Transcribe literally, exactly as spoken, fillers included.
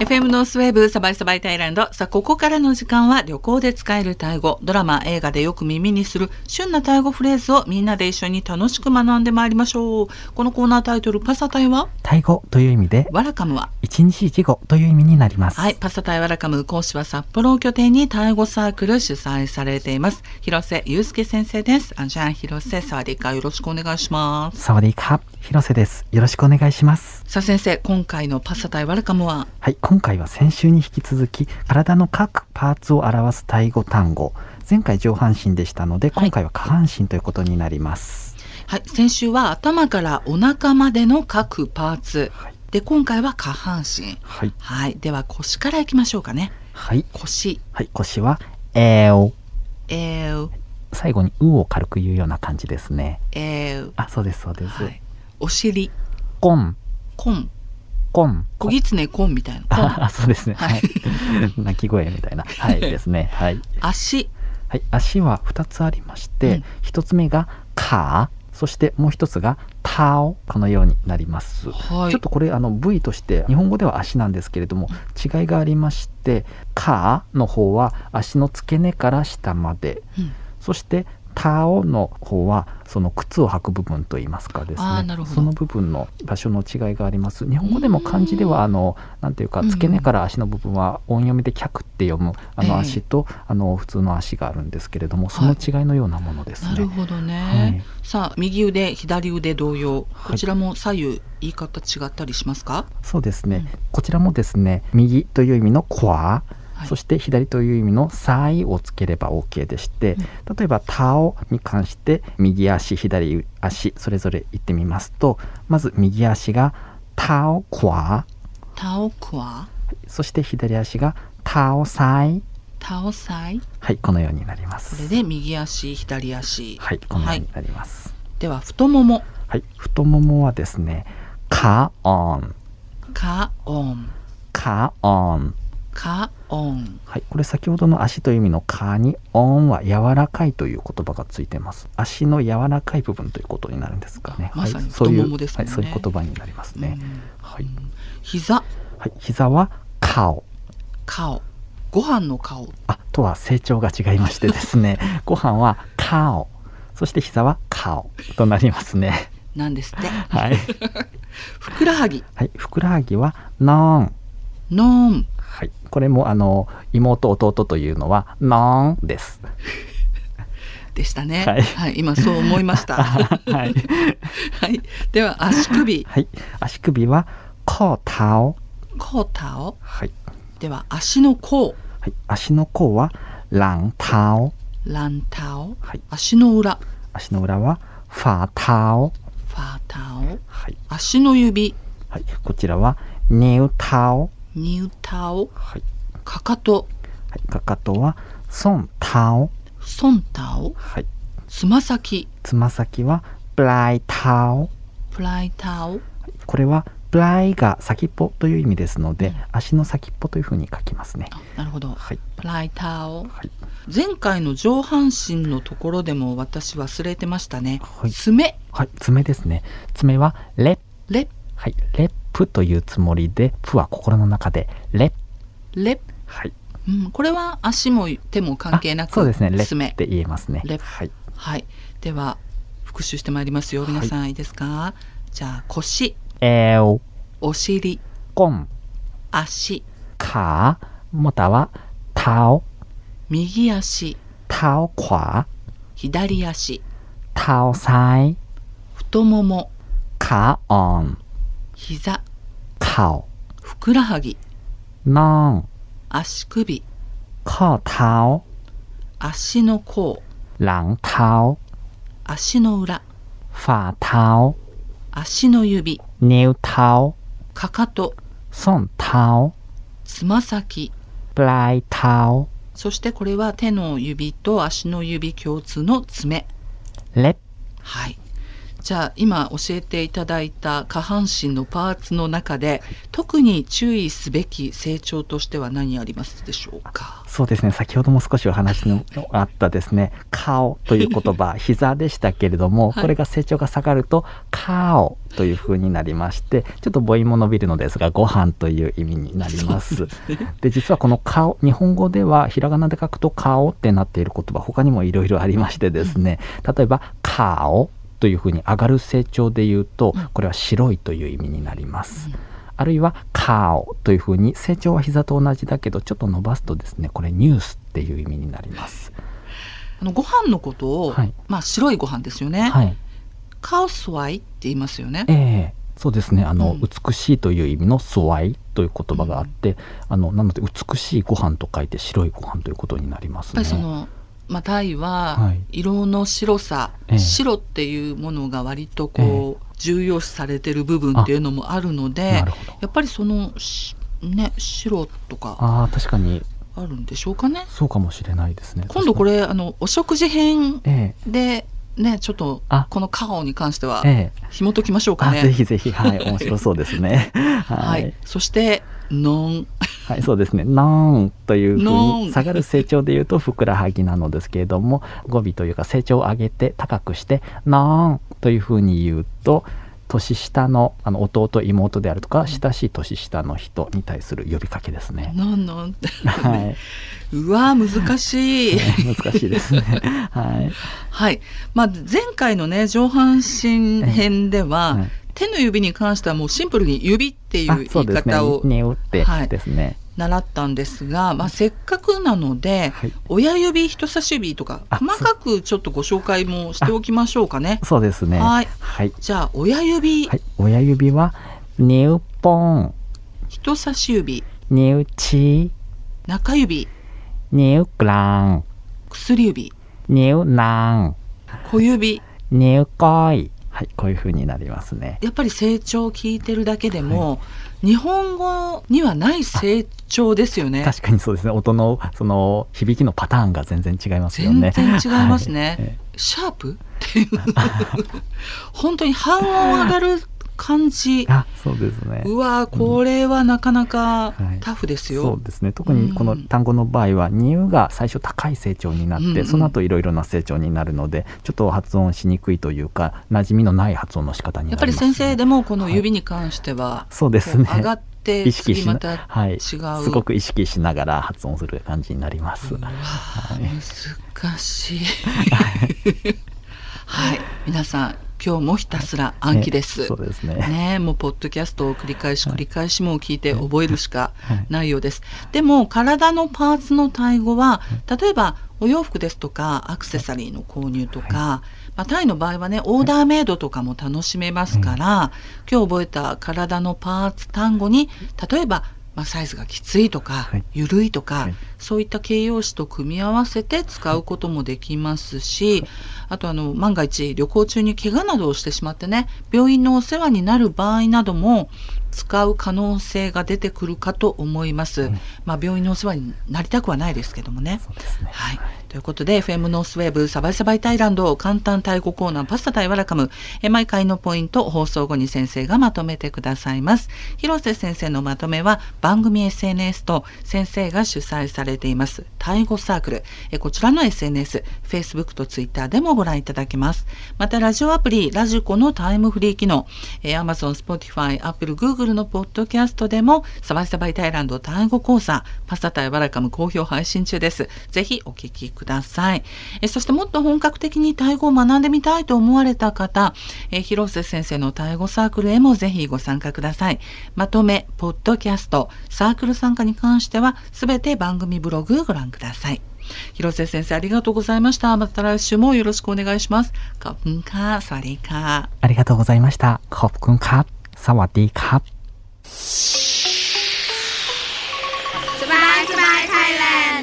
エフエム ノースウェーブサバイサバイタイランド。さあ、ここからの時間は旅行で使えるタイ語、ドラマ映画でよく耳にする旬なタイ語フレーズをみんなで一緒に楽しく学んでまいりましょう。このコーナータイトルパサタイはタイ語という意味で、 ワラカムは一日一語という意味になります。 はい、パサタイワラカム講師は札幌を拠点にタイ語サークル主催されています広瀬祐介先生です。あんじゃん広瀬、サワディーカー、よろしくお願いします。 サワディーカー、広瀬です。よろしくお願いします。 さあ先生、今回のパサタイワラカムは、 はい、今回は先週に引き続き体の各パーツを表すタイ語単語、前回上半身でしたので、今回は下半身ということになります。 はい、先週は頭からお腹までの各パーツ、はい、で今回は下半身、 はいはい、では腰からいきましょうかね。 はい、 腰、 はい、腰はエーエー、 最後にうを軽く言うような感じですね。 エー、 あ、そうですそうです。 はい、お尻、 コン、 コン、 コン、 小狐コンみたいなコン。 あ、そうですね。 はい、 鳴き声みたいな、はいですね。はい。 足、 はい、足はふたつありまして、うん、ひとつめがカー、そしてもう一つがタオ、このようになります。はい、ちょっとこれあの部位として日本語では足なんですけれども違いがありまして、カーの方は足の付け根から下まで、うん、そしてタオの方はその靴を履く部分といいますかですね、その部分の場所の違いがあります。日本語でも漢字ではあのなんていうか、付け根から足の部分は音読みで脚って読むあの足と、えー、あの普通の足があるんですけれども、その違いのようなものですね。 はい、なるほどね。はい、さあ右腕左腕同様、こちらも左右言い方違ったりしますか？ そうですね、うん、こちらもですね、右という意味のコア、はい、そして左という意味のサイをつければ OK でして、うん、例えばタオに関して右足左足それぞれ言ってみますと、まず右足がタオクワ、 タオクワ、 そして左足がタオサイ、 タオサイ、 はい、このようになります。 これで右足左足、 はい、このようになります。はい、 では太もも、 はい、太ももはですね、カオン、 カオン、 カオン、 カオン、 はい、これ先ほどの足という意味のカにオンは柔らかいという言葉がついてます。足の柔らかい部分ということになるんですかね。 まさに太ももですね。 はい、そういう、はい、そういう言葉になりますね。はい、 膝、 はい、膝はカオ、 カオ、ご飯の顔、 あとは成長が違いましてですねご飯はカオ、そして膝はカオとなりますね。 なんですって。 はい。 ふくらはぎ、 はい、ふくらはぎはノン、 ノン、 はい、これもあの妹弟というのはノンですでしたね。 はい、 はい、今そう思いました。 はい、はい、 では足首、 はい、足首はコータオ、 コータオ、 はい、 では足の甲、 はい、足の甲はランタオ、 ランタオ、 はい、 足の裏、 足の裏はファータオ、 ファータオ、 はい、 足の指、 はい、こちらはニュータオ、 ニュータオ、 はい、 かかと、 はい、かかとはソンタオ、 ソンタオ、 はい、 つま先、 つま先はプライタオ、 プライタオ、 これはプライが先っぽという意味ですので、うん、足の先っぽというふうに書きますね。 なるほど、はい、プライタオ、 はい、 前回の上半身のところでも私忘れてましたね。 はい、 爪、 はい、爪ですね。爪はレップ、 レップ、 はい、レップというつもりで、プは心の中でレップ、 レップ、 はい、 うん、これは足も手も関係なく、 そうですね、レップって言えますね。 レップ、 はい、 はい、では復習してまいりますよ。皆さん、はい、いいですか？じゃあ腰、 エー、 お尻、 コン、 足、 カまたはタオ、 右足、 タオクワ、 左足、 タオサイ、 太もも、 カオン、 膝、 カオ、 ふくらはぎ、 ノン、 足首、 コータオ、 足の甲、 ランタオ、 足の裏、 ファータオ、 足の指、 ニュータオ、 かかと、 ソンタオ、 つま先、 プライタオ、 そしてこれは手の指と足の指共通の爪、 レップ、 はい、 じゃあ今教えていただいた下半身のパーツの中で特に注意すべき成長としては何ありますでしょうか？ そうですね、先ほども少しお話のあったですね顔という言葉膝でしたけれども、はい、これが成長が下がると顔という風になりまして、ちょっと母音も伸びるのですがご飯という意味になります。で、ね、で実はこの顔、日本語ではひらがなで書くと顔ってなっている言葉他にもいろいろありましてですね、例えば顔というふうに上がる成長で言うと、これは白いという意味になります。あるいは顔というふうに成長は膝と同じだけどちょっと伸ばすとですね、これニュースっていう意味になります。 あのご飯のことを、はい、まあ白いご飯ですよね。はい、カオスワイって言いますよね。 えー、そうですね。あの、うん、美しいという意味のスワイという言葉があって、うん、あのなので美しいご飯と書いて白いご飯ということになりますね。 やっぱりそのまあ、タイは色の白さ、はい、白っていうものが割とこう、ええ、重要視されてる部分っていうのもあるので、やっぱりその、ね、白とかあ確かにあるんでしょうかね。 そうかもしれないですね。 今度これあのお食事編で、ね、ちょっとこの顔に関しては紐解きましょうかね。 ぜひぜひ、はい、面白そうですね。 はい、はい、そしてノンはい、そうですね。ノンというふうに下がる成長でいうとふくらはぎなのですけれども、語尾というか成長を上げて高くしてノンというふうに言うと、年下の、あの弟妹であるとか親しい年下の人に対する呼びかけですね。 ノンノンはい、うわ難しい難しいですね。はい、 はいまあ、前回のね上半身編では、はい、手の指に関してはもうシンプルに指っていう言い方を、 ね、ってですね、はい、 習ったんですが、まあ、せっかくなので、はい、親指人差し指とか細かくちょっとご紹介もしておきましょうかね。 そうですね。 はい、はい、じゃあ親指、 はい、親指はニューポン、 人差し指、 ニューチ、 中指、 ニューグラン、 薬指、 ニューナン、 小指、 ニューコイ。はい、こういう風になりますね。 やっぱり成長を聞いてるだけでも、はい、日本語にはない成長ですよね。 確かにそうですね。音のその響きのパターンが全然違いますよね。 全然違いますね。はい、シャープっていう本当に半音上がる感じ。 あ、そうですね。 うわこれはなかなかタフですよ。 うんはい、そうですね。特にこの単語の場合は、うん、ニューが最初高い成長になって、うんうん、その後いろいろな成長になるので、ちょっと発音しにくいというか馴染みのない発音の仕方になります、ね。やっぱり先生でもこの指に関しては、はい、 そうですね。 上がって次また違う、はい、すごく意識しながら発音する感じになります。うわ、 はい、難しい。はい、皆さん。今日もひたすら暗記です。 ね、そうですね。 ね、もうポッドキャストを繰り返し繰り返しも聞いて覚えるしかないようです。はいはい、でも体のパーツのタイ語は、例えばお洋服ですとかアクセサリーの購入とか、はいまあ、タイの場合はねオーダーメイドとかも楽しめますから、はい、今日覚えた体のパーツ単語に例えばまあ、サイズがきついとか、はい、緩いとか、はい、そういった形容詞と組み合わせて使うこともできますし、はい、あとあの万が一旅行中に怪我などをしてしまってね病院のお世話になる場合なども使う可能性が出てくるかと思います、うんまあ、病院のお世話になりたくはないですけどもね。 そうですね、 はい、ということで エフエム ノースウェーブサバイサバイタイランド簡単タイ語コーナーパスタタイワラカムえ毎回のポイント放送後に先生がまとめてくださいます。広瀬先生のまとめは番組 エスエヌエス と先生が主催されていますタイ語サークルえこちらの エスエヌエス Facebook と Twitter でもご覧いただけます。またラジオアプリラジコのタイムフリー機能え Amazon、Spotify、Apple、Googleのポッドキャストでもサバイサバイタイランドタイ語講座パスタタイワラカム好評配信中です。ぜひお聞きください。えそしてもっと本格的にタイ語を学んでみたいと思われた方え広瀬先生のタイ語サークルへもぜひご参加ください。まとめポッドキャストサークル参加に関してはすべて番組ブログご覧ください。広瀬先生ありがとうございました。また来週もよろしくお願いします。ขอบคุณค่ะสวัสดีค่ะ。 ありがとうございました。ขอบคุณครับสวัสดีครับสบายสบายไทยแลนด์